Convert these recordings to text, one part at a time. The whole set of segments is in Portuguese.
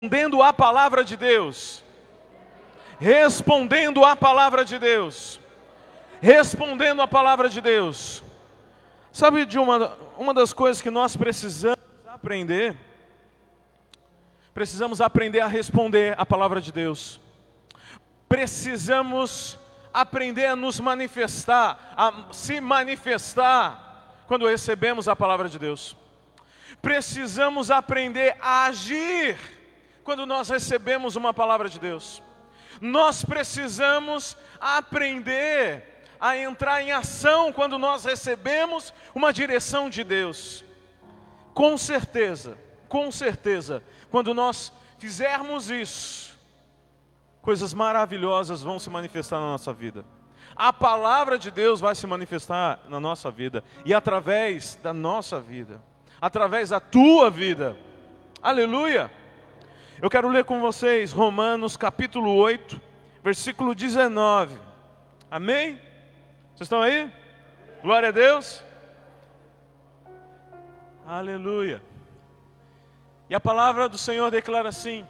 Respondendo à palavra de Deus. Respondendo à palavra de Deus. Respondendo à palavra de Deus. Sabe de uma das coisas que nós precisamos aprender? Precisamos aprender a responder à palavra de Deus. Precisamos aprender a nos manifestar, a se manifestar quando recebemos a palavra de Deus. Precisamos aprender a agir quando nós recebemos uma palavra de Deus. Nós precisamos aprender a entrar em ação quando nós recebemos uma direção de Deus. Com certeza, quando nós fizermos isso, coisas maravilhosas vão se manifestar na nossa vida. A palavra de Deus vai se manifestar na nossa vida e através da nossa vida, através da tua vida. Aleluia! Eu quero ler com vocês Romanos capítulo 8, versículo 19. Amém? Vocês estão aí? Glória a Deus. Aleluia. E a palavra do Senhor declara assim: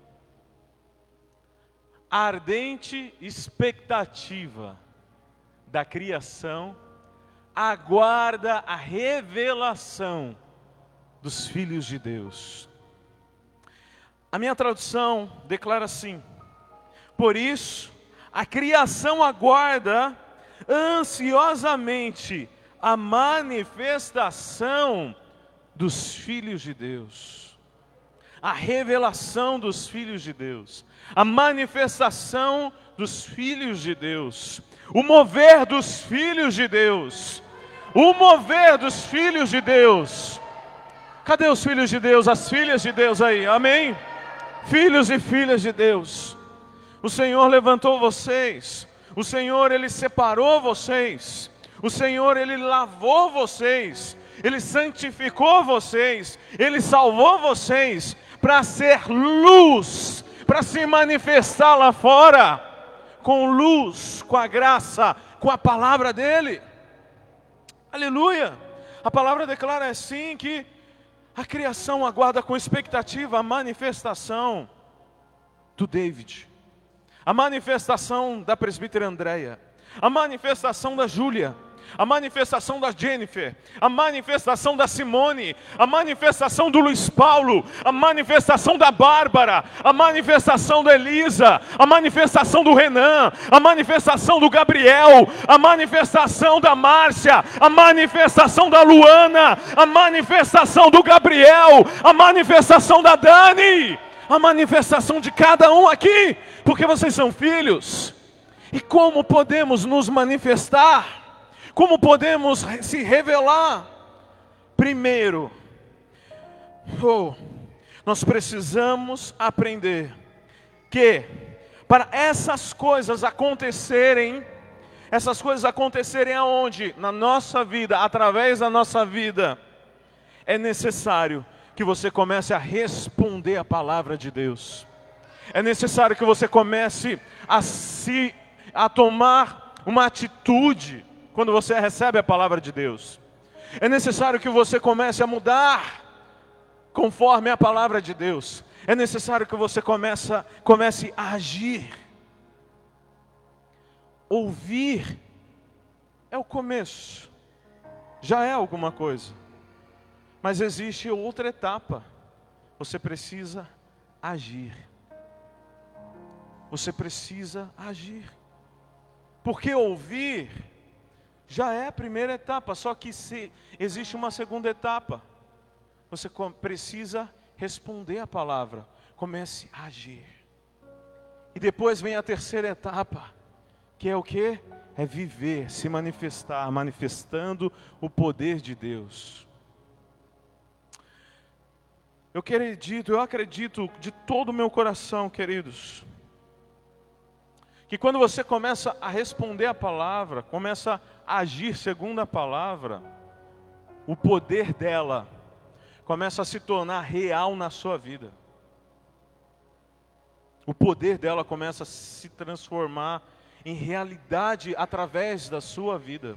a ardente expectativa da criação aguarda a revelação dos filhos de Deus. A minha tradução declara assim: por isso, a criação aguarda ansiosamente a manifestação dos filhos de Deus. A revelação dos filhos de Deus. A manifestação dos filhos de Deus. O mover dos filhos de Deus. O mover dos filhos de Deus. Cadê os filhos de Deus, as filhas de Deus aí? Amém? Filhos e filhas de Deus, o Senhor levantou vocês, o Senhor Ele separou vocês, o Senhor Ele lavou vocês, Ele santificou vocês, Ele salvou vocês para ser luz, para se manifestar lá fora, com luz, com a graça, com a palavra dEle. Aleluia! A palavra declara assim que a criação aguarda com expectativa a manifestação do David, a manifestação da presbítera Andréia, a manifestação da Júlia, a manifestação da Jennifer, a manifestação da Simone, a manifestação do Luiz Paulo, a manifestação da Bárbara, a manifestação da Elisa, a manifestação do Renan, a manifestação do Gabriel, a manifestação da Márcia, a manifestação da Luana, a manifestação do Gabriel, a manifestação da Dani, a manifestação de cada um aqui, porque vocês são filhos. E como podemos nos manifestar? Como podemos se revelar? Primeiro, nós precisamos aprender que para essas coisas acontecerem aonde? Na nossa vida, através da nossa vida, é necessário que você comece a responder a palavra de Deus. É necessário que você comece a tomar uma atitude quando você recebe a palavra de Deus. É necessário que você comece a mudar conforme a palavra de Deus. É necessário que você comece a agir. Ouvir é o começo, já é alguma coisa. Mas existe outra etapa. Você precisa agir. Você precisa agir. Porque ouvir já é a primeira etapa, só que existe uma segunda etapa. Você precisa responder a palavra, comece a agir. E depois vem a terceira etapa, que é o quê? É viver, se manifestar, manifestando o poder de Deus. Eu acredito de todo o meu coração, queridos, que quando você começa a responder a palavra, começa a agir segundo a palavra, o poder dela começa a se tornar real na sua vida. O poder dela começa a se transformar em realidade através da sua vida.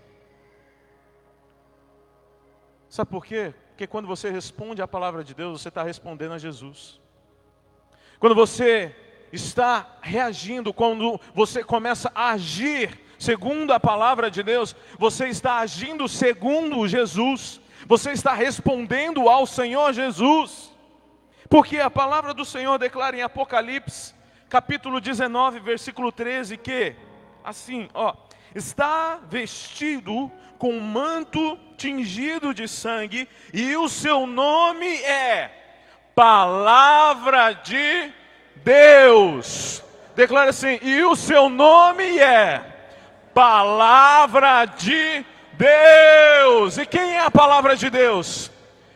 Sabe por quê? Porque quando você responde à palavra de Deus, você está respondendo a Jesus. quando você está reagindo, quando você começa a agir segundo a palavra de Deus, você está agindo segundo Jesus, você está respondendo ao Senhor Jesus. Porque a palavra do Senhor declara em Apocalipse, capítulo 19, versículo 13, que, assim, está vestido com um manto tingido de sangue, e o seu nome é Palavra de Deus. Declara assim, e o seu nome é Palavra de Deus. E quem é a palavra de Deus?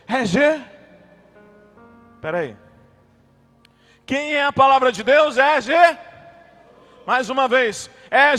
Espera aí. Quem é a palavra de Deus? Mais uma vez. É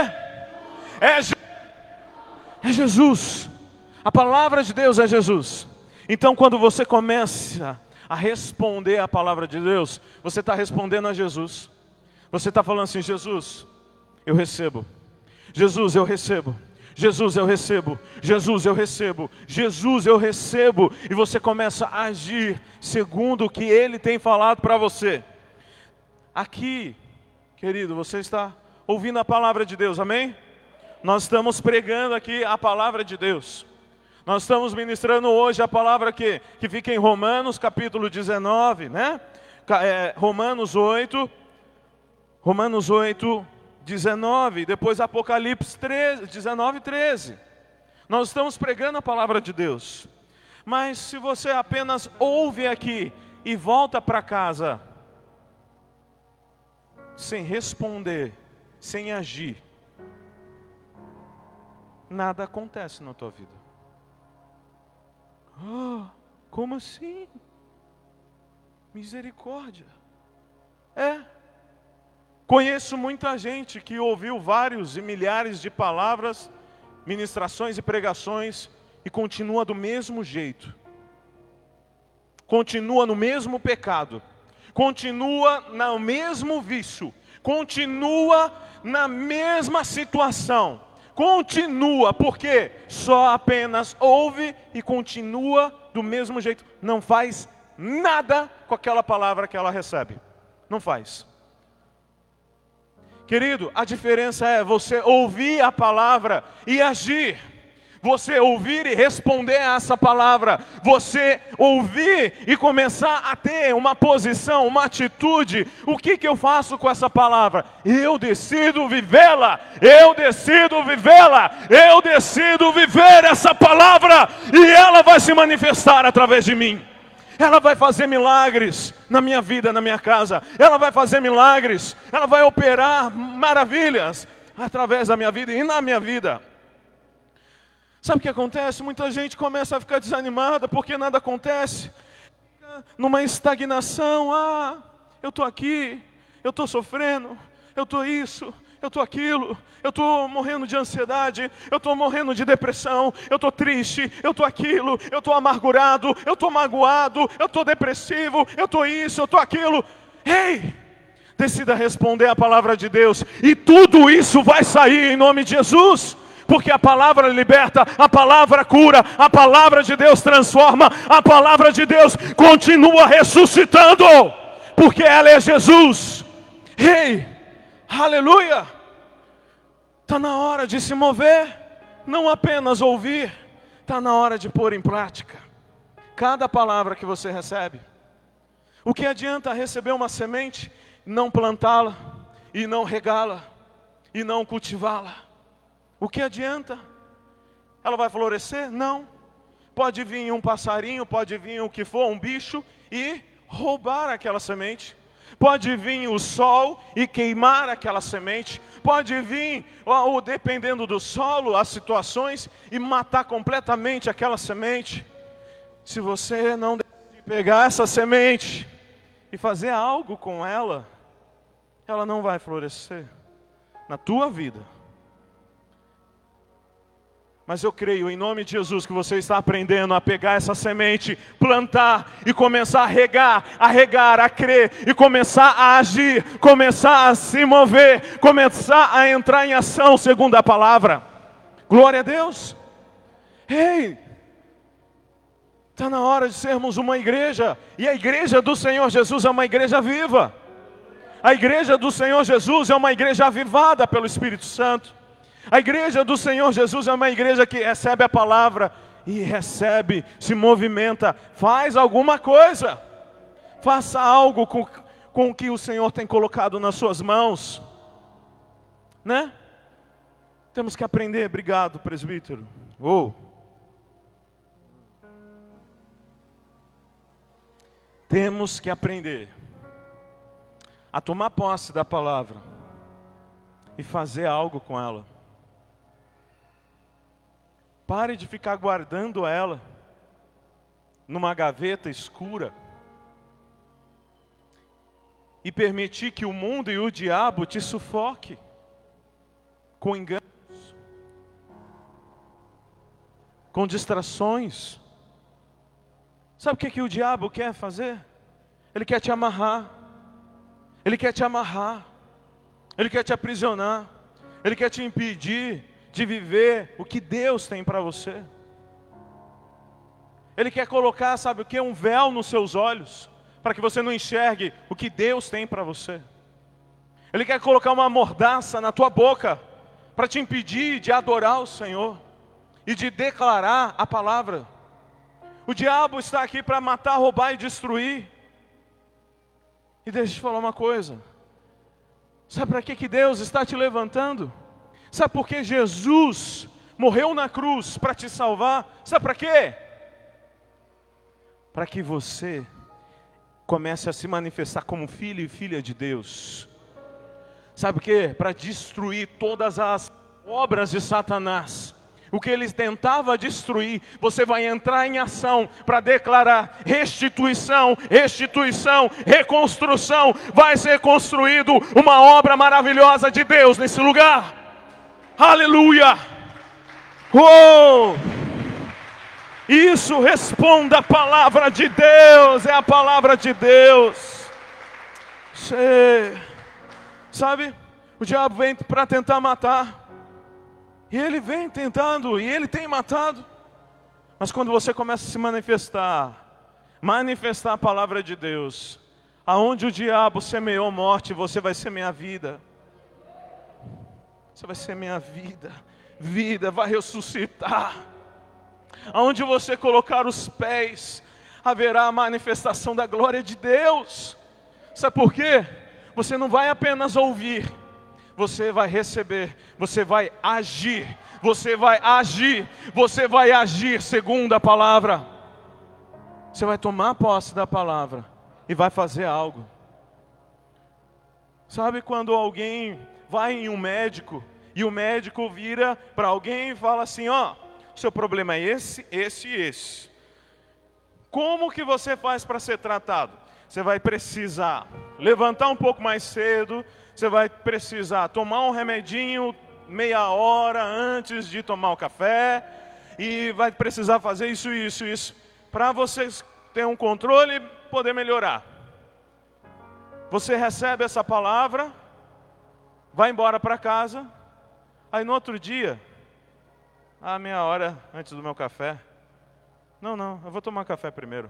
Jesus. A palavra de Deus é Jesus. Então quando você começa a responder a palavra de Deus, você está respondendo a Jesus. Você está falando assim, Jesus, eu recebo. Jesus, eu recebo. Jesus, eu recebo. Jesus, eu recebo. Jesus, eu recebo. E você começa a agir segundo o que Ele tem falado para você. Aqui, querido, você está ouvindo a palavra de Deus, amém? Nós estamos pregando aqui a palavra de Deus. Nós estamos ministrando hoje a palavra que fica em Romanos, capítulo 19, né? Romanos 8, 19, depois Apocalipse 19, 13. Nós estamos pregando a palavra de Deus. Mas se você apenas ouve aqui e volta para casa sem responder, sem agir, nada acontece na tua vida. Como assim? Misericórdia. Conheço muita gente que ouviu vários e milhares de palavras, ministrações e pregações e continua do mesmo jeito. Continua no mesmo pecado. Continua no mesmo vício. Continua na mesma situação. Continua, porque só apenas ouve e continua do mesmo jeito. Não faz nada com aquela palavra que ela recebe. Não faz. Querido, a diferença é você ouvir a palavra e agir. Você ouvir e responder a essa palavra. Você ouvir e começar a ter uma posição, uma atitude. O que eu faço com essa palavra? Eu decido vivê-la. Eu decido vivê-la. Eu decido viver essa palavra. E ela vai se manifestar através de mim. Ela vai fazer milagres na minha vida, na minha casa. Ela vai fazer milagres. Ela vai operar maravilhas através da minha vida e na minha vida. Sabe o que acontece? Muita gente começa a ficar desanimada porque nada acontece. Fica numa estagnação. Eu estou aqui, eu estou sofrendo, eu estou isso, eu estou aquilo, eu estou morrendo de ansiedade, eu estou morrendo de depressão, eu estou triste, eu estou aquilo, eu estou amargurado, eu estou magoado, eu estou depressivo, eu estou isso, eu estou aquilo. Ei! Decida responder a palavra de Deus e tudo isso vai sair em nome de Jesus. Porque a palavra liberta, a palavra cura, a palavra de Deus transforma, a palavra de Deus continua ressuscitando, porque ela é Jesus. Ei, aleluia! Está na hora de se mover, não apenas ouvir, está na hora de pôr em prática cada palavra que você recebe. O que adianta receber uma semente, não plantá-la, e não regá-la, e não cultivá-la? O que adianta? Ela vai florescer? Não. Pode vir um passarinho, pode vir o que for, um bicho, e roubar aquela semente. Pode vir o sol e queimar aquela semente. Pode vir, dependendo do solo, as situações, e matar completamente aquela semente. Se você não pegar essa semente e fazer algo com ela, ela não vai florescer na tua vida. Mas eu creio em nome de Jesus que você está aprendendo a pegar essa semente, plantar e começar a regar, a crer e começar a agir, começar a se mover, começar a entrar em ação segundo a palavra. Glória a Deus. Ei, está na hora de sermos uma igreja, e a igreja do Senhor Jesus é uma igreja viva. A igreja do Senhor Jesus é uma igreja avivada pelo Espírito Santo. A igreja do Senhor Jesus é uma igreja que recebe a palavra e recebe, se movimenta, faz alguma coisa. Faça algo com o que o Senhor tem colocado nas suas mãos, né? Temos que aprender. Obrigado, presbítero. Temos que aprender a tomar posse da palavra e fazer algo com ela. Pare de ficar guardando ela numa gaveta escura e permitir que o mundo e o diabo te sufoque com enganos, com distrações. Sabe o que o diabo quer fazer? Ele quer te amarrar. Ele quer te amarrar. Ele quer te aprisionar. Ele quer te impedir de viver o que Deus tem para você. Ele quer colocar, sabe o que? Um véu nos seus olhos, para que você não enxergue o que Deus tem para você. Ele quer colocar uma mordaça na tua boca, para te impedir de adorar o Senhor e de declarar a palavra. O diabo está aqui para matar, roubar e destruir. E deixa eu te falar uma coisa. Sabe para que Deus está te levantando? Sabe por que Jesus morreu na cruz para te salvar? Sabe para quê? Para que você comece a se manifestar como filho e filha de Deus. Sabe o quê? Para destruir todas as obras de Satanás. O que ele tentava destruir, você vai entrar em ação para declarar restituição, restituição, reconstrução. Vai ser construído uma obra maravilhosa de Deus nesse lugar. Aleluia! Isso, responda a palavra de Deus, é a palavra de Deus. Sabe, o diabo vem para tentar matar. E ele vem tentando, e ele tem matado. Mas quando você começa a se manifestar a palavra de Deus, aonde o diabo semeou morte, você vai semear vida. Você vai semear vida. Vida vai ressuscitar. Aonde você colocar os pés, haverá a manifestação da glória de Deus. Sabe por quê? Você não vai apenas ouvir, você vai receber, você vai agir, você vai agir, você vai agir segundo a palavra. Você vai tomar posse da palavra e vai fazer algo. Sabe quando alguém vai em um médico e o médico vira para alguém e fala assim: ó, seu problema é esse, esse e esse. Como que você faz para ser tratado? Você vai precisar levantar um pouco mais cedo. Você vai precisar tomar um remedinho meia hora antes de tomar o café. E vai precisar fazer isso, isso, isso. Para vocês terem um controle e poder melhorar. Você recebe essa palavra. Vai embora para casa. Aí no outro dia, meia hora antes do meu café. Não, eu vou tomar café primeiro.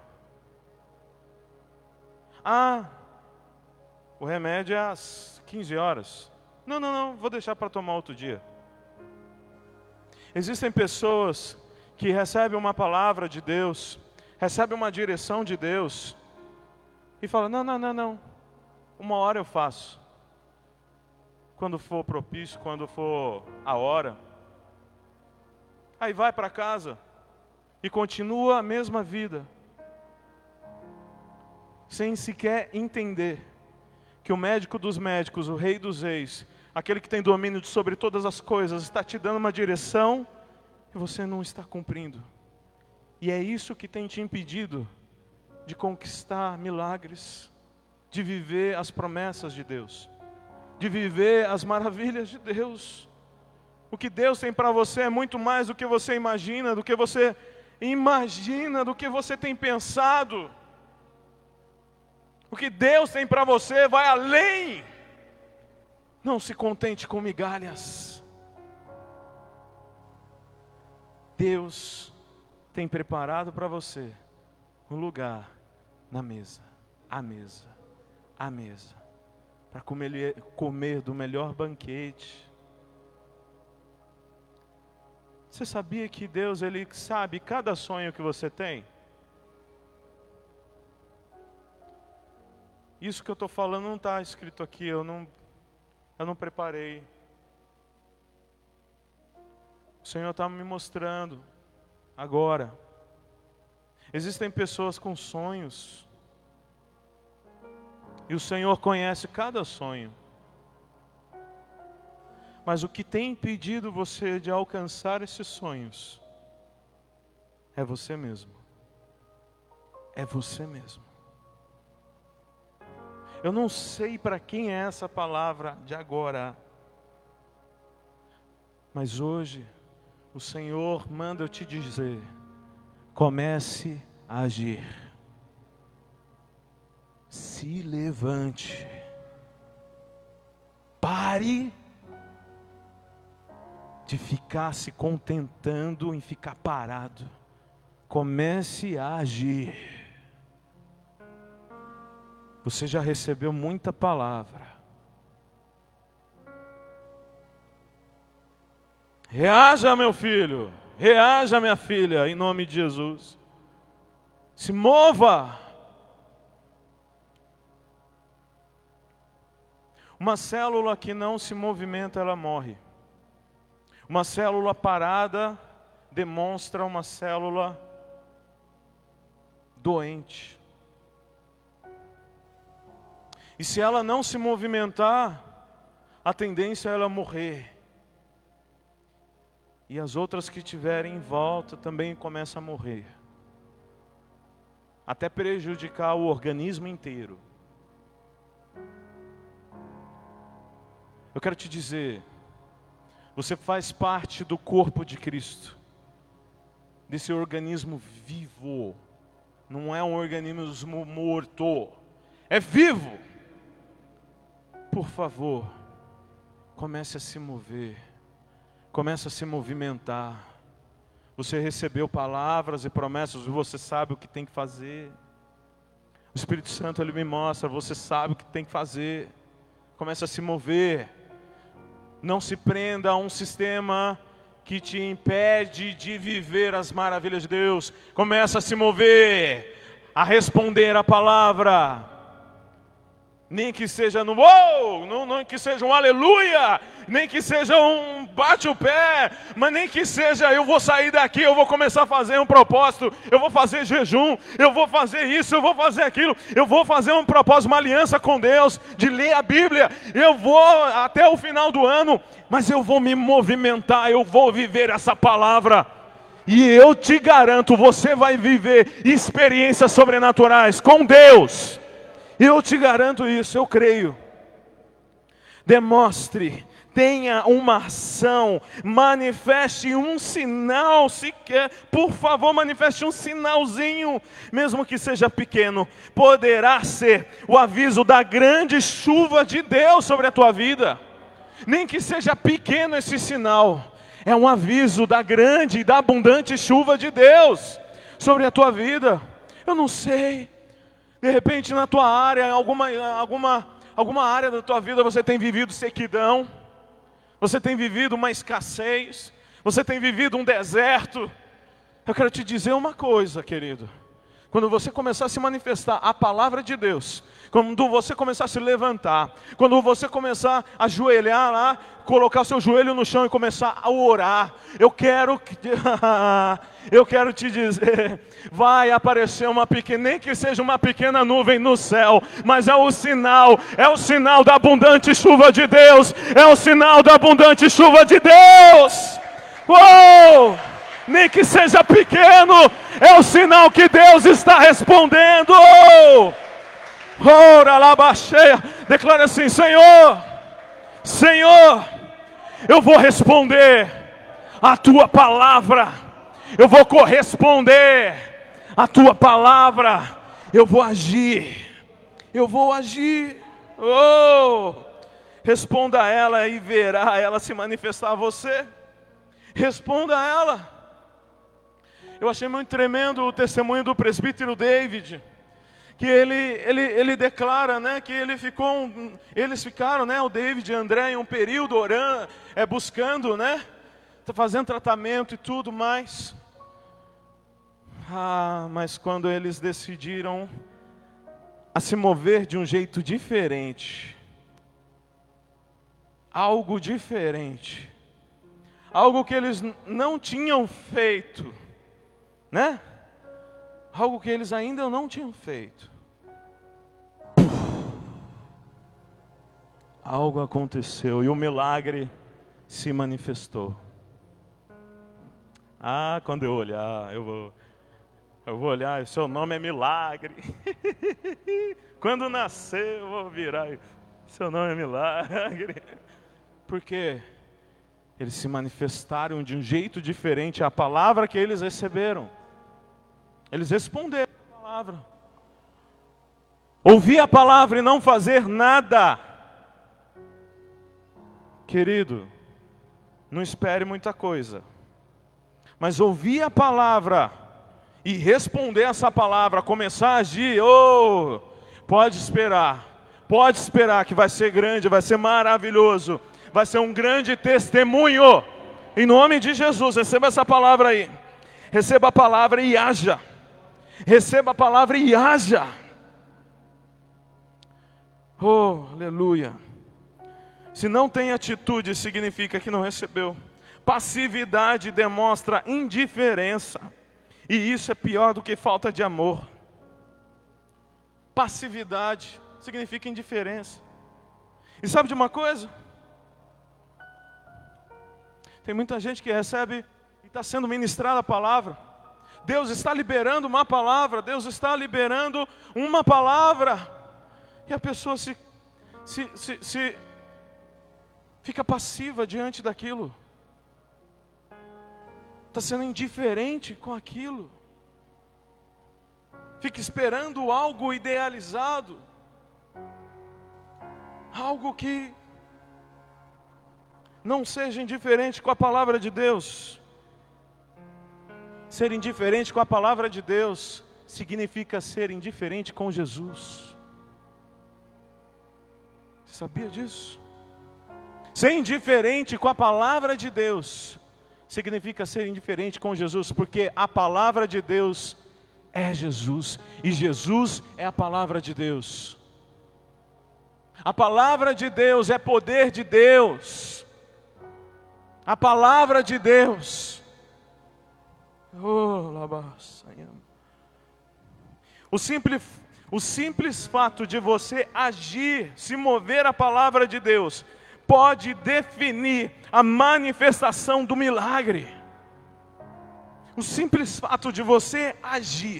O remédio é às 15 horas. Não, vou deixar para tomar outro dia. Existem pessoas que recebem uma palavra de Deus, recebem uma direção de Deus, e falam: não, uma hora eu faço. Quando for propício, quando for a hora. Aí vai para casa e continua a mesma vida, sem sequer entender que o médico dos médicos, o rei dos reis, aquele que tem domínio sobre todas as coisas, está te dando uma direção e você não está cumprindo. E é isso que tem te impedido de conquistar milagres, de viver as promessas de Deus, de viver as maravilhas de Deus. O que Deus tem para você é muito mais do que você imagina, do que você tem pensado. O que Deus tem para você vai além. Não se contente com migalhas. Deus tem preparado para você um lugar na mesa, a mesa, para comer do melhor banquete. Você sabia que Deus, Ele sabe cada sonho que você tem? Isso que eu estou falando não está escrito aqui, eu não preparei. O Senhor está me mostrando agora. Existem pessoas com sonhos, e o Senhor conhece cada sonho. Mas o que tem impedido você de alcançar esses sonhos é você mesmo. É você mesmo. Eu não sei para quem é essa palavra de agora, mas hoje o Senhor manda eu te dizer: comece a agir. Se levante. Pare de ficar se contentando em ficar parado. Comece a agir. Você já recebeu muita palavra. Reaja, meu filho. Reaja, minha filha, em nome de Jesus. Se mova. Uma célula que não se movimenta, ela morre. Uma célula parada demonstra uma célula doente. E se ela não se movimentar, a tendência é ela morrer. E as outras que estiverem em volta também começam a morrer. Até prejudicar o organismo inteiro. Eu quero te dizer, você faz parte do corpo de Cristo. Desse organismo vivo. Não é um organismo morto. É vivo. Por favor, comece a se mover, comece a se movimentar. Você recebeu palavras e promessas, você sabe o que tem que fazer. O Espírito Santo, Ele me mostra, você sabe o que tem que fazer. Comece a se mover. Não se prenda a um sistema que te impede de viver as maravilhas de Deus. Comece a se mover, a responder a palavra. Nem que seja no uou, não que seja um aleluia, nem que seja um bate o pé, mas nem que seja eu vou sair daqui, eu vou começar a fazer um propósito, eu vou fazer jejum, eu vou fazer isso, eu vou fazer aquilo, eu vou fazer um propósito, uma aliança com Deus, de ler a Bíblia, eu vou até o final do ano, mas eu vou me movimentar, eu vou viver essa palavra. E eu te garanto, você vai viver experiências sobrenaturais com Deus. Eu te garanto isso, eu creio. Demonstre, tenha uma ação, manifeste um sinal sequer. Por favor, manifeste um sinalzinho, mesmo que seja pequeno. Poderá ser o aviso da grande chuva de Deus sobre a tua vida. Nem que seja pequeno esse sinal. É um aviso da grande e da abundante chuva de Deus sobre a tua vida. Eu não sei. De repente na tua área, alguma área da tua vida você tem vivido sequidão. Você tem vivido uma escassez. Você tem vivido um deserto. Eu quero te dizer uma coisa, querido. Quando você começar a se manifestar a palavra de Deus, quando você começar a se levantar, quando você começar a ajoelhar lá, colocar seu joelho no chão e começar a orar, eu quero te dizer, vai aparecer uma pequena, nem que seja uma pequena nuvem no céu, mas é o sinal da abundante chuva de Deus, é o sinal da abundante chuva de Deus. Uou! Nem que seja pequeno, é o sinal que Deus está respondendo. Ora lá baixeia, declara assim: Senhor, eu vou responder a tua palavra, eu vou corresponder a tua palavra, eu vou agir. Responda a ela e verá ela se manifestar a você. Responda a ela. Eu achei muito tremendo o testemunho do presbítero David, que ele declara, né, que eles ficaram, né, o David e André, em um período orando, buscando, né, fazendo tratamento e tudo mais. Mas quando eles decidiram a se mover de um jeito diferente, algo diferente, algo que eles não tinham feito, né? Algo que eles ainda não tinham feito. Algo aconteceu e o milagre se manifestou. Quando eu olhar, eu vou olhar, o seu nome é milagre. Quando nascer, eu vou virar, seu nome é milagre. Porque eles se manifestaram de um jeito diferente à palavra que eles receberam. Eles responderam a palavra. Ouvir a palavra e não fazer nada. Querido, não espere muita coisa. Mas ouvir a palavra e responder essa palavra, começar a agir, pode esperar que vai ser grande, vai ser maravilhoso, vai ser um grande testemunho. Em nome de Jesus, receba essa palavra aí. Receba a palavra e haja. Receba a palavra e haja. Aleluia. Se não tem atitude, significa que não recebeu. Passividade demonstra indiferença. E isso é pior do que falta de amor. Passividade significa indiferença. E sabe de uma coisa? Tem muita gente que recebe e está sendo ministrada a palavra. Deus está liberando uma palavra. Deus está liberando uma palavra. E a pessoa fica passiva diante daquilo. Está sendo indiferente com aquilo. Fica esperando algo idealizado. Algo que não seja indiferente com a palavra de Deus. Ser indiferente com a palavra de Deus significa ser indiferente com Jesus. Você sabia disso? Ser indiferente com a palavra de Deus significa ser indiferente com Jesus, porque a palavra de Deus é Jesus, e Jesus é a palavra de Deus. A palavra de Deus é poder de Deus. A palavra de Deus. O simples fato de você agir, se mover a palavra de Deus, pode definir a manifestação do milagre. O simples fato de você agir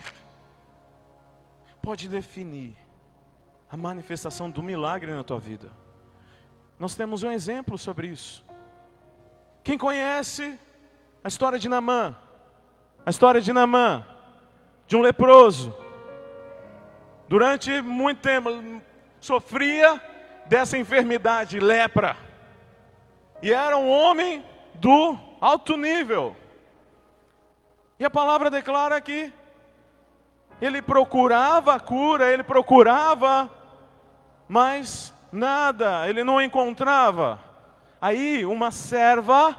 pode definir a manifestação do milagre na tua vida. Nós temos um exemplo sobre isso. Quem conhece a história de Naamã? A história de Naamã, de um leproso. Durante muito tempo sofria dessa enfermidade, lepra. E era um homem do alto nível. E a palavra declara que ele procurava a cura, ele procurava, mas nada, ele não encontrava. Aí uma serva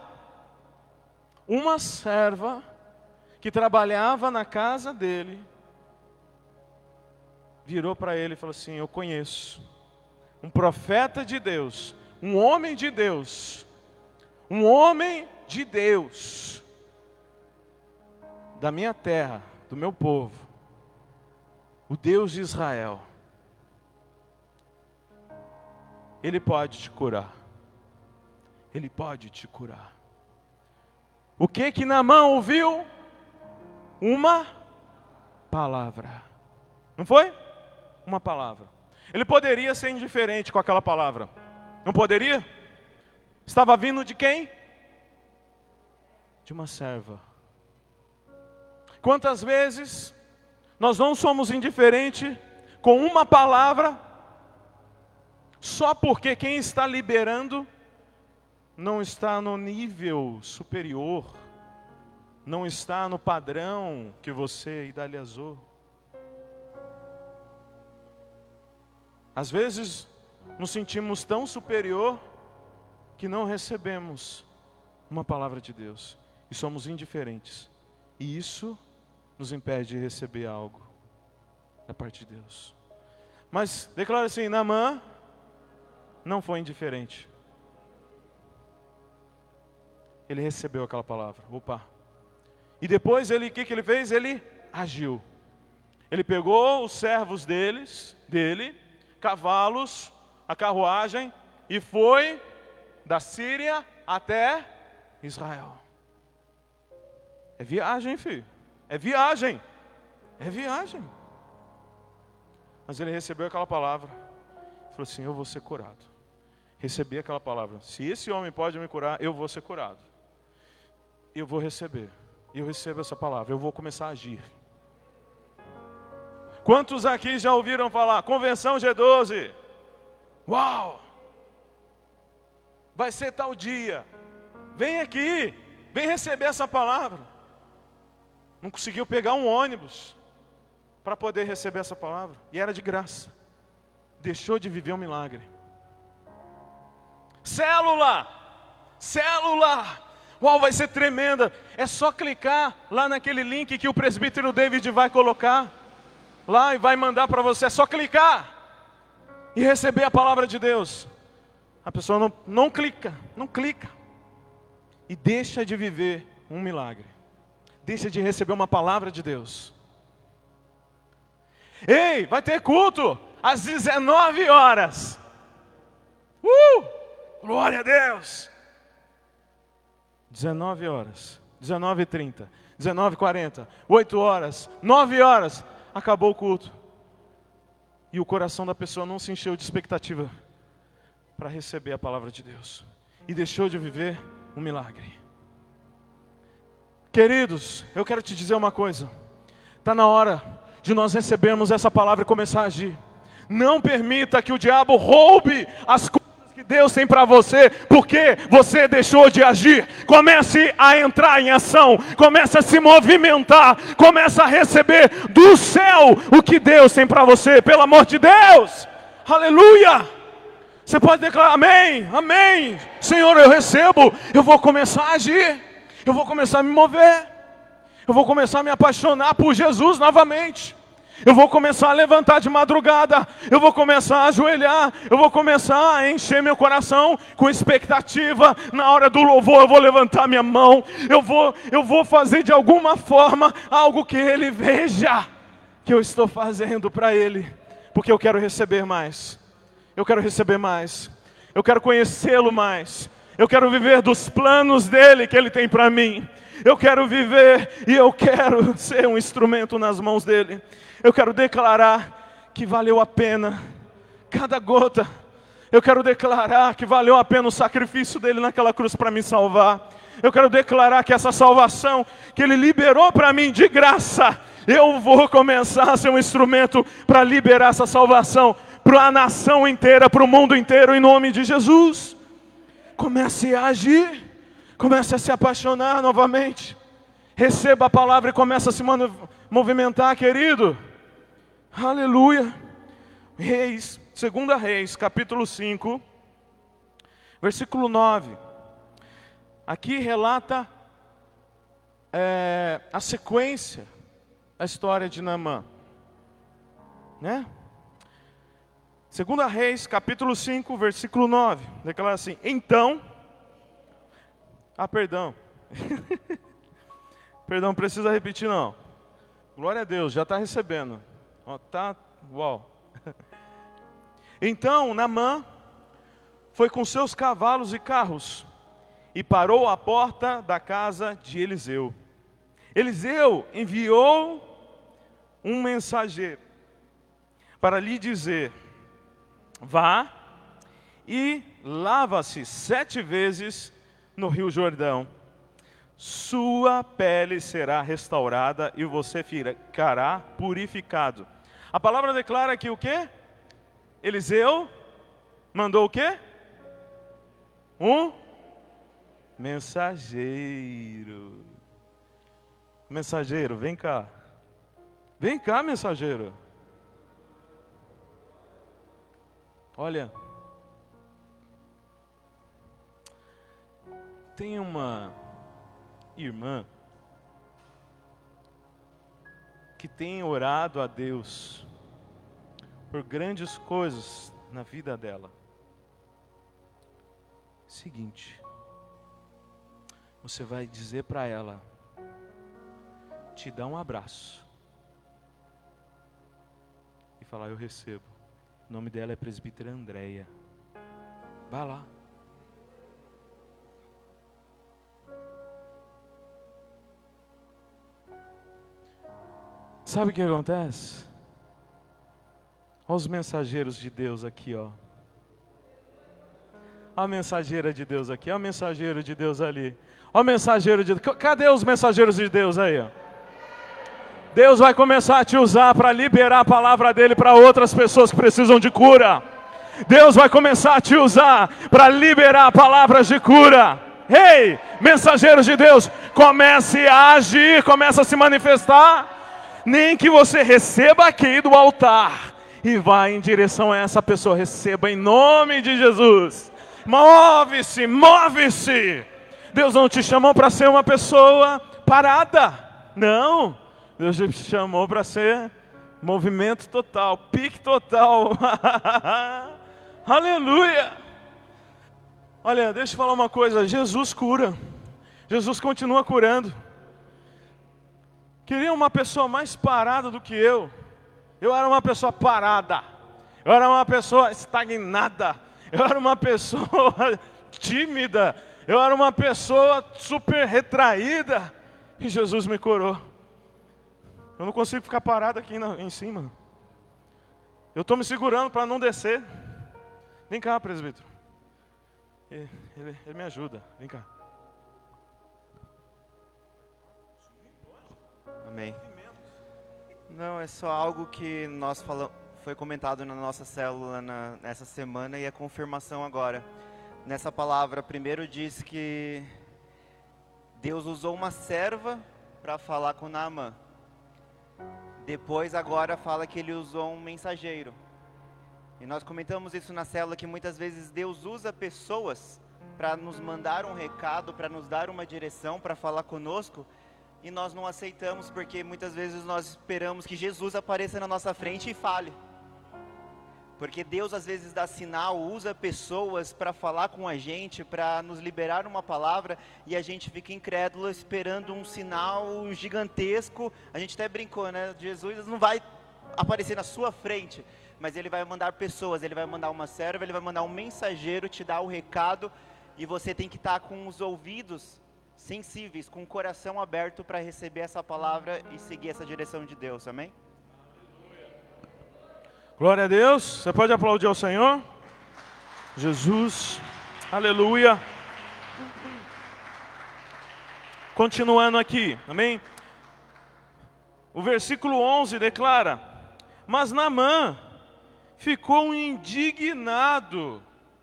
que trabalhava na casa dele, virou para ele e falou assim: eu conheço um profeta de Deus, um homem de Deus, da minha terra, do meu povo, o Deus de Israel. Ele pode te curar. Ele pode te curar. O que Naamã ouviu? Uma palavra. Não foi? Uma palavra. Ele poderia ser indiferente com aquela palavra. Não poderia? Estava vindo de quem? De uma serva. Quantas vezes nós não somos indiferentes com uma palavra, só porque quem está liberando não está no nível superior, não está no padrão que você idealizou. Às vezes nos sentimos tão superior que não recebemos uma palavra de Deus e somos indiferentes. E isso nos impede de receber algo da parte de Deus. Mas declara assim: Naamã não foi indiferente. Ele recebeu aquela palavra. Opa. E depois o que ele fez? Ele agiu. Ele pegou os servos dele, cavalos, a carruagem, e foi da Síria até Israel. É viagem, filho. É viagem. É viagem. Mas ele recebeu aquela palavra. Falou assim: eu vou ser curado. Recebi aquela palavra. Se esse homem pode me curar, eu vou ser curado. Eu vou receber. Eu recebo essa palavra. Eu vou começar a agir. Quantos aqui já ouviram falar? Convenção G12. Uau! Vai ser tal dia. Vem aqui. Vem receber essa palavra. Não conseguiu pegar um ônibus para poder receber essa palavra. E era de graça. Deixou de viver um milagre. Célula! Célula! Uau, vai ser tremenda. É só clicar lá naquele link que o presbítero David vai colocar lá e vai mandar para você. É só clicar e receber a palavra de Deus. A pessoa não clica e deixa de viver um milagre. Deixa de receber uma palavra de Deus. Ei, vai ter culto às 19 horas. Glória a Deus. 19 horas, 19h30, 19h40, 8 horas, 9 horas, acabou o culto. E o coração da pessoa não se encheu de expectativa para receber a palavra de Deus. E deixou de viver um milagre. Queridos, eu quero te dizer uma coisa. Está na hora de nós recebermos essa palavra e começar a agir. Não permita que o diabo roube as coisas que Deus tem para você, porque você deixou de agir. Comece a entrar em ação, comece a se movimentar, comece a receber do céu o que Deus tem para você, pelo amor de Deus. Aleluia! Você pode declarar: amém, amém. Senhor, eu recebo, eu vou começar a agir, eu vou começar a me mover, eu vou começar a me apaixonar por Jesus novamente. Eu vou começar a levantar de madrugada, eu vou começar a ajoelhar, eu vou começar a encher meu coração com expectativa. Na hora do louvor eu vou levantar minha mão, eu vou fazer de alguma forma algo que Ele veja que eu estou fazendo para Ele, porque eu quero receber mais, eu quero receber mais, eu quero conhecê-lo mais, eu quero viver dos planos dEle que Ele tem para mim. Eu quero viver e eu quero ser um instrumento nas mãos dEle. Eu quero declarar que valeu a pena cada gota. Eu quero declarar que valeu a pena o sacrifício dEle naquela cruz para me salvar. Eu quero declarar que essa salvação que Ele liberou para mim de graça, eu vou começar a ser um instrumento para liberar essa salvação para a nação inteira, para o mundo inteiro, em nome de Jesus. Comece a agir. Comece a se apaixonar novamente. Receba a palavra e comece a se movimentar, querido. Aleluia. Reis, 2 Reis, capítulo 5, versículo 9. Aqui relata a sequência da história de Naamã, né? 2 Reis, capítulo 5, versículo 9. Declara assim: então... perdão. Perdão, não precisa repetir não. Glória a Deus, já está recebendo. Uau. Então Naamã foi com seus cavalos e carros e parou à porta da casa de Eliseu. Eliseu enviou um mensageiro para lhe dizer: vá e lava-se 7 vezes no Rio Jordão, sua pele será restaurada e você ficará purificado. A palavra declara que o quê? Eliseu mandou o quê? Um mensageiro. Mensageiro, vem cá. Vem cá, mensageiro. Olha, tem uma irmã que tem orado a Deus por grandes coisas na vida dela. Seguinte, você vai dizer para ela, te dá um abraço e falar, eu recebo. O nome dela é presbítera Andréia. Vá lá. Sabe o que acontece? Olha os mensageiros de Deus aqui, ó. Olha a mensageira de Deus aqui, olha o mensageiro de Deus ali. Olha o mensageiro de Deus. Cadê os mensageiros de Deus aí, ó? Deus vai começar a te usar para liberar a palavra dele para outras pessoas que precisam de cura. Deus vai começar a te usar para liberar palavras de cura. Ei, mensageiros de Deus, comece a agir, comece a se manifestar. Nem que você receba aqui do altar e vá em direção a essa pessoa. Receba em nome de Jesus. Move-se, move-se. Deus não te chamou para ser uma pessoa parada. Não. Deus te chamou para ser movimento total, pique total. Aleluia. Olha, deixa eu falar uma coisa. Jesus cura. Jesus continua curando. Queria uma pessoa mais parada do que eu. Eu era uma pessoa parada. Eu era uma pessoa estagnada. Eu era uma pessoa tímida. Eu era uma pessoa super retraída. E Jesus me curou. Eu não consigo ficar parado aqui em cima. Eu estou me segurando para não descer. Vem cá, presbítero. Ele me ajuda. Vem cá. Amém. Não, é só algo que nós falamos, foi comentado na nossa célula nessa semana e é confirmação agora. Nessa palavra, primeiro diz que Deus usou uma serva para falar com Naamã. Depois agora fala que ele usou um mensageiro. E nós comentamos isso na célula, que muitas vezes Deus usa pessoas para nos mandar um recado, para nos dar uma direção, para falar conosco. E nós não aceitamos porque muitas vezes nós esperamos que Jesus apareça na nossa frente e fale. Porque Deus às vezes dá sinal, usa pessoas para falar com a gente, para nos liberar uma palavra, e a gente fica incrédulo esperando um sinal gigantesco. A gente até brincou, né? Jesus não vai aparecer na sua frente, mas Ele vai mandar pessoas, Ele vai mandar uma serva, Ele vai mandar um mensageiro te dar o recado, e você tem que estar com os ouvidos sensíveis, com o coração aberto para receber essa palavra e seguir essa direção de Deus, amém? Glória a Deus. Você pode aplaudir ao Senhor? Jesus. Aleluia. Continuando aqui, amém? O versículo 11 declara: mas Naamã ficou indignado,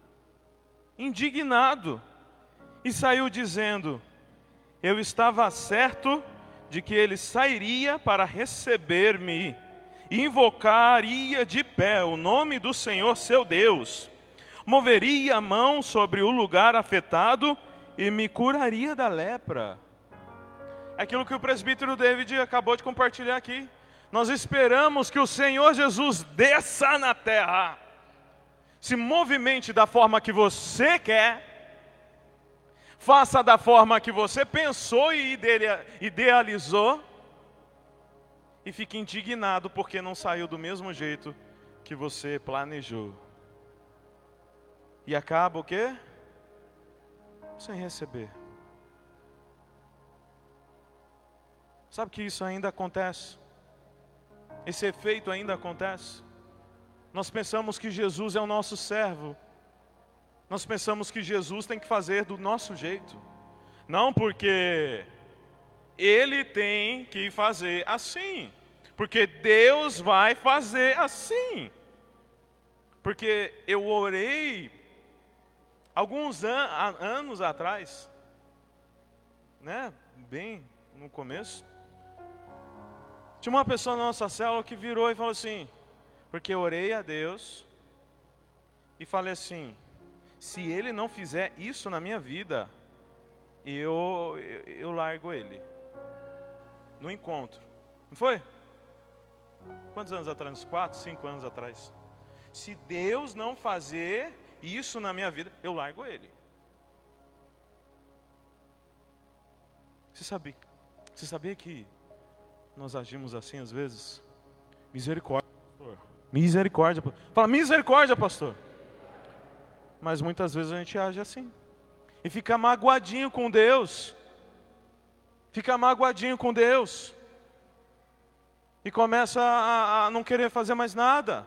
e saiu dizendo: eu estava certo de que ele sairia para receber-me, e invocaria de pé o nome do Senhor seu Deus, moveria a mão sobre o lugar afetado e me curaria da lepra. Aquilo que o presbítero David acabou de compartilhar aqui. Nós esperamos que o Senhor Jesus desça na terra, se movimente da forma que você quer, faça da forma que você pensou e idealizou, e fique indignado porque não saiu do mesmo jeito que você planejou. E acaba o quê? Sem receber. Sabe que isso ainda acontece? Esse efeito ainda acontece? Nós pensamos que Jesus é o nosso servo. Nós pensamos que Jesus tem que fazer do nosso jeito. Não porque Ele tem que fazer assim. Porque Deus vai fazer assim. Porque eu orei alguns anos atrás, né? Bem no começo. Tinha uma pessoa na nossa célula que virou e falou assim: porque eu orei a Deus e falei assim: se ele não fizer isso na minha vida, eu largo ele. No encontro. Não foi? Quantos anos atrás? Uns 4, 5 anos atrás. Se Deus não fazer isso na minha vida, eu largo ele. Você sabia que nós agimos assim às vezes? Misericórdia, pastor. Misericórdia. Fala, misericórdia, pastor. Mas muitas vezes a gente age assim. E fica magoadinho com Deus. Fica magoadinho com Deus. E começa a não querer fazer mais nada.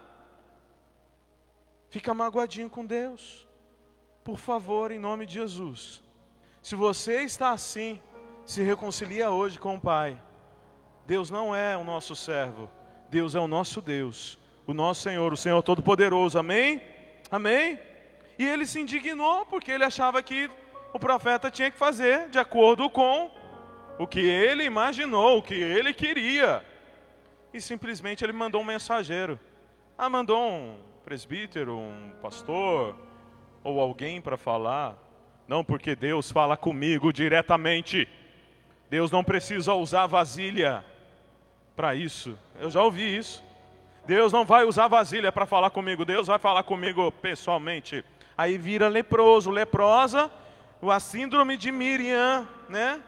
Fica magoadinho com Deus. Por favor, em nome de Jesus. Se você está assim, se reconcilia hoje com o Pai. Deus não é o nosso servo. Deus é o nosso Deus. O nosso Senhor, o Senhor Todo-Poderoso. Amém? Amém? E ele se indignou porque ele achava que o profeta tinha que fazer de acordo com o que ele imaginou, o que ele queria. E simplesmente ele mandou um mensageiro. Mandou um presbítero, um pastor, ou alguém para falar. Não, porque Deus fala comigo diretamente. Deus não precisa usar vasilha para isso. Eu já ouvi isso. Deus não vai usar vasilha para falar comigo. Deus vai falar comigo pessoalmente. Aí vira leproso, leprosa, a síndrome de Miriam, né?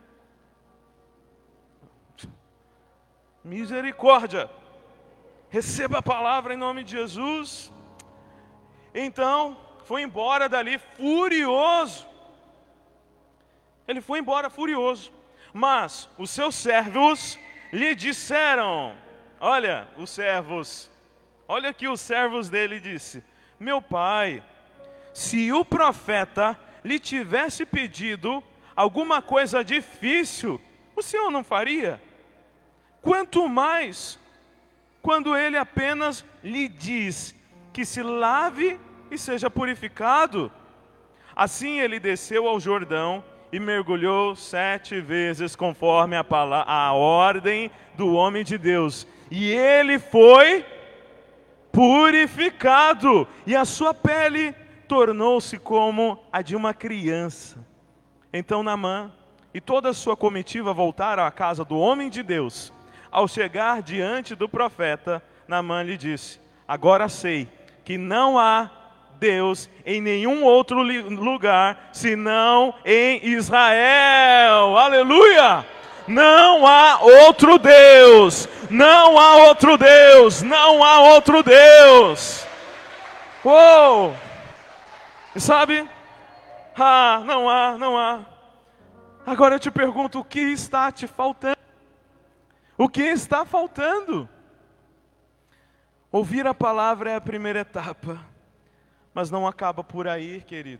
Misericórdia. Receba a palavra em nome de Jesus. Então, foi embora dali furioso. Ele foi embora furioso. Mas os seus servos lhe disseram, olha que os servos dele disse: meu pai, se o profeta lhe tivesse pedido alguma coisa difícil, o senhor não faria? Quanto mais quando ele apenas lhe diz que se lave e seja purificado. Assim ele desceu ao Jordão e mergulhou 7 vezes conforme a ordem do homem de Deus. E ele foi purificado, e a sua pele tornou-se como a de uma criança. Então Naamã e toda a sua comitiva voltaram à casa do homem de Deus. Ao chegar diante do profeta, Naamã lhe disse: agora sei que não há Deus em nenhum outro lugar senão em Israel. Aleluia! Não há outro Deus, não há outro Deus, não há outro Deus. Uou! E sabe? Não há. Agora eu te pergunto, o que está te faltando? O que está faltando? Ouvir a palavra é a primeira etapa, mas não acaba por aí, querido.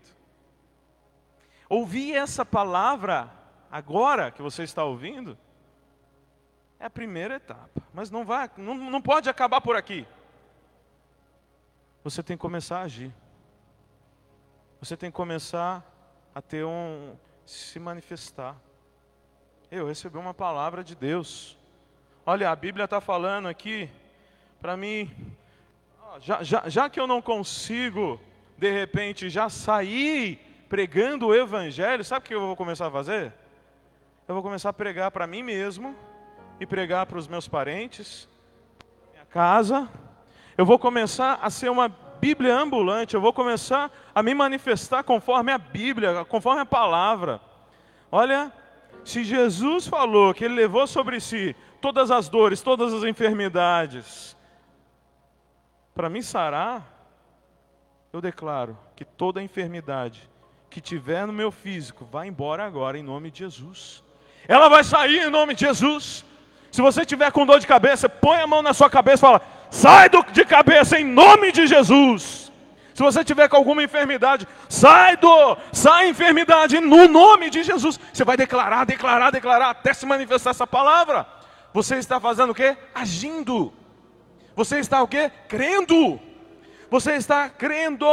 Ouvir essa palavra agora que você está ouvindo é a primeira etapa, mas não pode acabar por aqui. Você tem que começar a agir. Você tem que começar a se manifestar. Eu recebi uma palavra de Deus. Olha, a Bíblia está falando aqui para mim, já que eu não consigo, de repente, já sair pregando o Evangelho, sabe o que eu vou começar a fazer? Eu vou começar a pregar para mim mesmo, e pregar para os meus parentes, minha casa. Eu vou começar a ser uma Bíblia ambulante, eu vou começar a me manifestar conforme a Bíblia, conforme a palavra. Olha, se Jesus falou que Ele levou sobre si todas as dores, todas as enfermidades, para me sarar, eu declaro que toda enfermidade que tiver no meu físico vai embora agora em nome de Jesus. Ela vai sair em nome de Jesus. Se você tiver com dor de cabeça, põe a mão na sua cabeça e fala: sai de cabeça em nome de Jesus. Se você tiver com alguma enfermidade, sai enfermidade no nome de Jesus. Você vai declarar até se manifestar essa palavra. Você está fazendo o quê? Agindo. Você está o quê? Crendo. Você está crendo.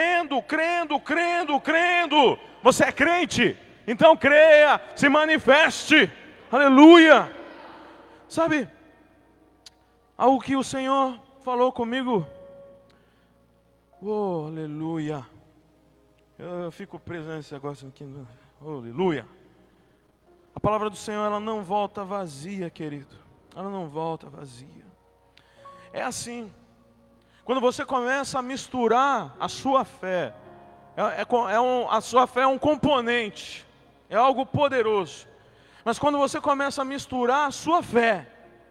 Você é crente. Então creia, se manifeste. Aleluia. Sabe, algo que o Senhor falou comigo Oh, aleluia. Eu fico preso nesse negócio aqui. Oh, aleluia. A palavra do Senhor, ela não volta vazia, querido. Ela não volta vazia. É assim. Quando você começa a misturar a sua fé, a sua fé é um componente, é algo poderoso. Mas quando você começa a misturar a sua fé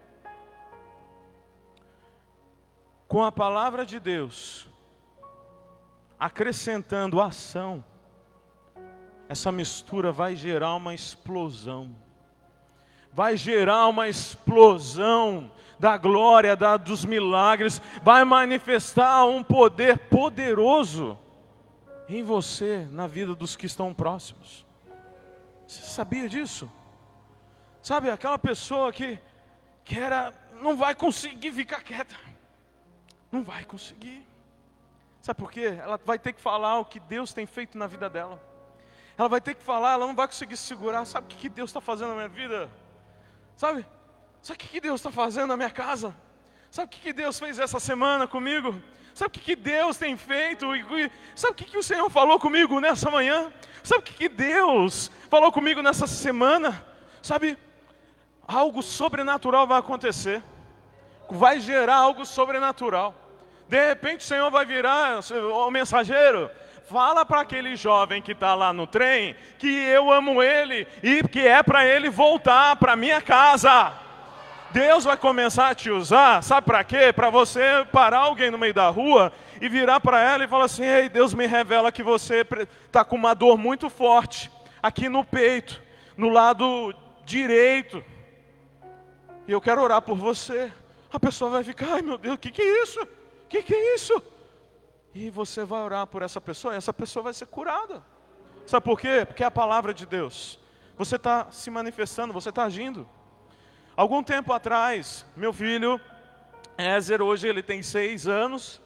com a palavra de Deus, acrescentando ação, essa mistura vai gerar uma explosão. Vai gerar uma explosão da glória, dos milagres. Vai manifestar um poder poderoso em você, na vida dos que estão próximos. Você sabia disso? Sabe, aquela pessoa que não vai conseguir ficar quieta. Não vai conseguir. Sabe por quê? Ela vai ter que falar o que Deus tem feito na vida dela. Ela vai ter que falar, ela não vai conseguir se segurar. Sabe o que Deus está fazendo na minha vida? Sabe o que Deus está fazendo na minha casa? Sabe o que Deus fez essa semana comigo? Sabe o que Deus tem feito? Sabe o que o Senhor falou comigo nessa manhã? Sabe o que Deus falou comigo nessa semana? Sabe, algo sobrenatural vai acontecer. Vai gerar algo sobrenatural. De repente o Senhor vai virar o mensageiro. Fala para aquele jovem que está lá no trem que eu amo ele e que é para ele voltar para minha casa. Deus vai começar a te usar, sabe para quê? Para você parar alguém no meio da rua e virar para ela e falar assim: ei, Deus me revela que você está com uma dor muito forte aqui no peito, no lado direito. E eu quero orar por você. A pessoa vai ficar: ai meu Deus, o que é isso? O que é isso? E você vai orar por essa pessoa e essa pessoa vai ser curada. Sabe por quê? Porque é a palavra de Deus. Você está se manifestando, você está agindo. Algum tempo atrás, meu filho, Ézer, hoje ele tem 6 anos.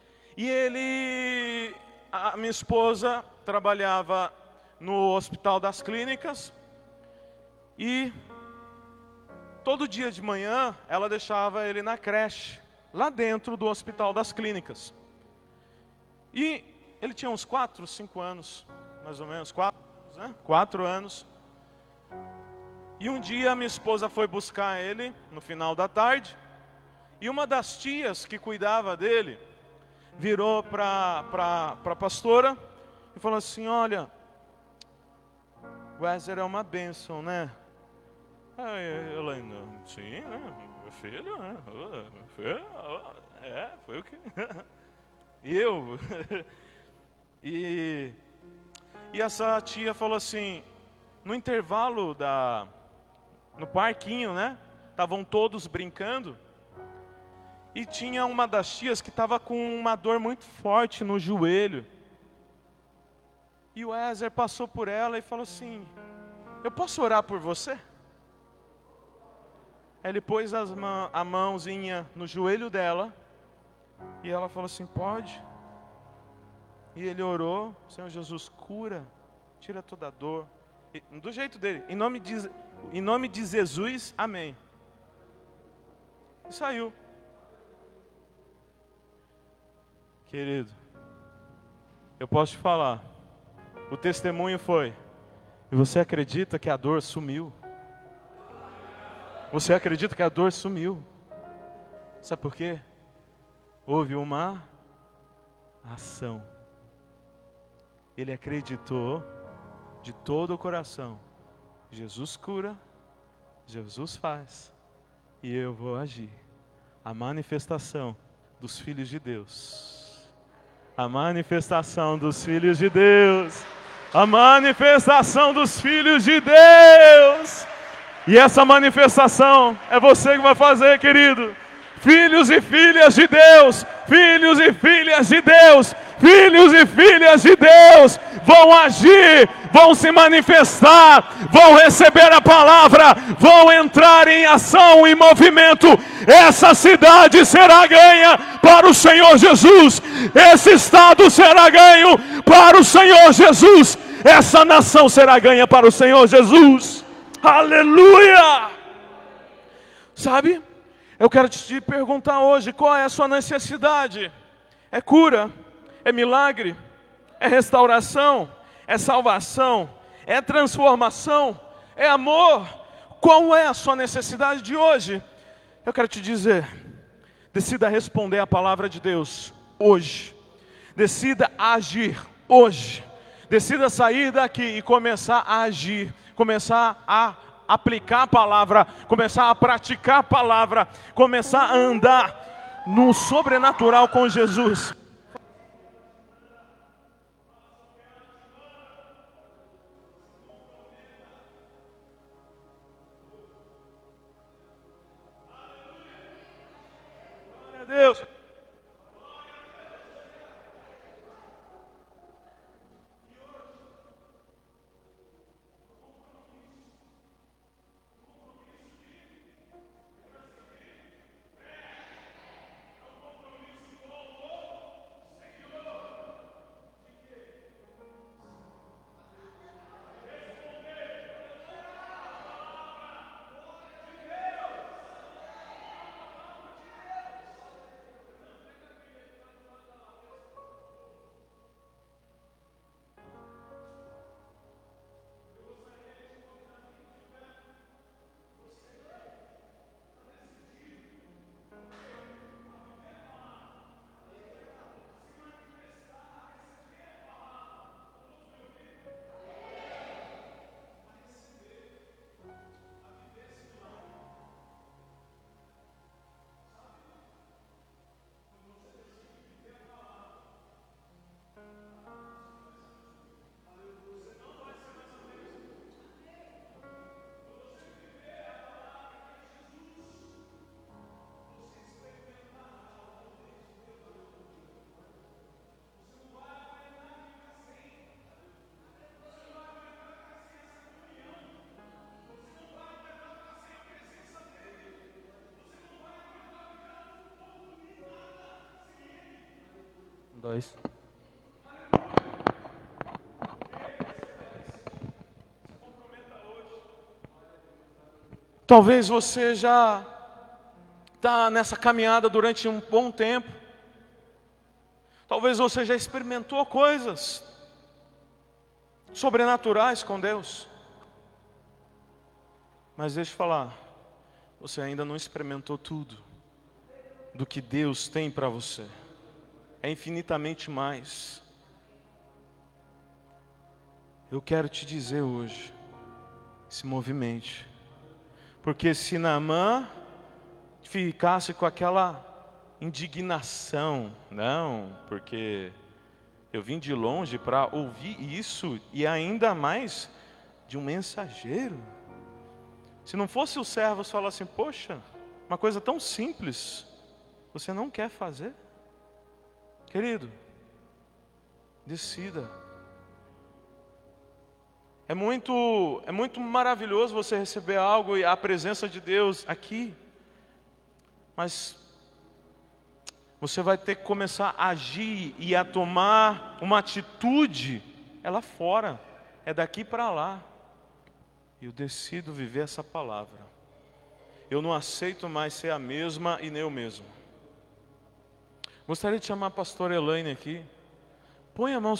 E a minha esposa trabalhava no Hospital das Clínicas. E todo dia de manhã ela deixava ele na creche, lá dentro do Hospital das Clínicas. E ele tinha uns 4, 5 anos, mais ou menos, 4 anos. E um dia minha esposa foi buscar ele, no final da tarde, e uma das tias que cuidava dele, virou para a pastora e falou assim: olha, o Ézer é uma bênção, né? Aí ela ainda, sim, né? Meu filho, né? Foi o que... E essa tia falou assim, no intervalo no parquinho, né? Estavam todos brincando. E tinha uma das tias que estava com uma dor muito forte no joelho. E o Ézer passou por ela e falou assim: eu posso orar por você? Ele pôs a mãozinha no joelho dela. E ela falou assim: pode. E ele orou: Senhor Jesus, cura, tira toda a dor. E, do jeito dele, em nome de Jesus, amém. E saiu. Querido, eu posso te falar, o testemunho foi: e você acredita que a dor sumiu? Você acredita que a dor sumiu? Sabe por quê? Houve uma ação. Ele acreditou de todo o coração. Jesus cura, Jesus faz, e eu vou agir. A manifestação dos filhos de Deus. A manifestação dos filhos de Deus. A manifestação dos filhos de Deus. E essa manifestação é você que vai fazer, querido. Filhos e filhas de Deus, filhos e filhas de Deus, filhos e filhas de Deus vão agir, vão se manifestar, vão receber a palavra, vão entrar em ação e movimento. Essa cidade será ganha para o Senhor Jesus, esse estado será ganho para o Senhor Jesus, essa nação será ganha para o Senhor Jesus. Aleluia! Sabe? Eu quero te perguntar hoje, qual é a sua necessidade? É cura? é milagre, é restauração, é salvação, é transformação, é amor. Qual é a sua necessidade de hoje? Eu quero te dizer, decida responder a palavra de Deus hoje. Decida agir hoje. Decida sair daqui e começar a agir, começar a aplicar a palavra, começar a praticar a palavra, começar a andar no sobrenatural com Jesus. Glória a Deus. Dois. Talvez você já está nessa caminhada durante um bom tempo. Talvez você já experimentou coisas sobrenaturais com Deus. Mas deixa eu falar, você ainda não experimentou tudo do que Deus tem para você. É infinitamente mais. Eu quero te dizer hoje, se movimente. Porque se Naamã ficasse com aquela indignação, não, porque eu vim de longe para ouvir isso, e ainda mais de um mensageiro. Se não fosse os servos falar assim, poxa, uma coisa tão simples, você não quer fazer? Querido, decida. É muito maravilhoso você receber algo e a presença de Deus aqui. Mas você vai ter que começar a agir e a tomar uma atitude. É lá fora, é daqui para lá. Eu decido viver essa palavra. Eu não aceito mais ser a mesma e nem eu mesmo. Gostaria de chamar a pastora Elaine aqui. Põe a mão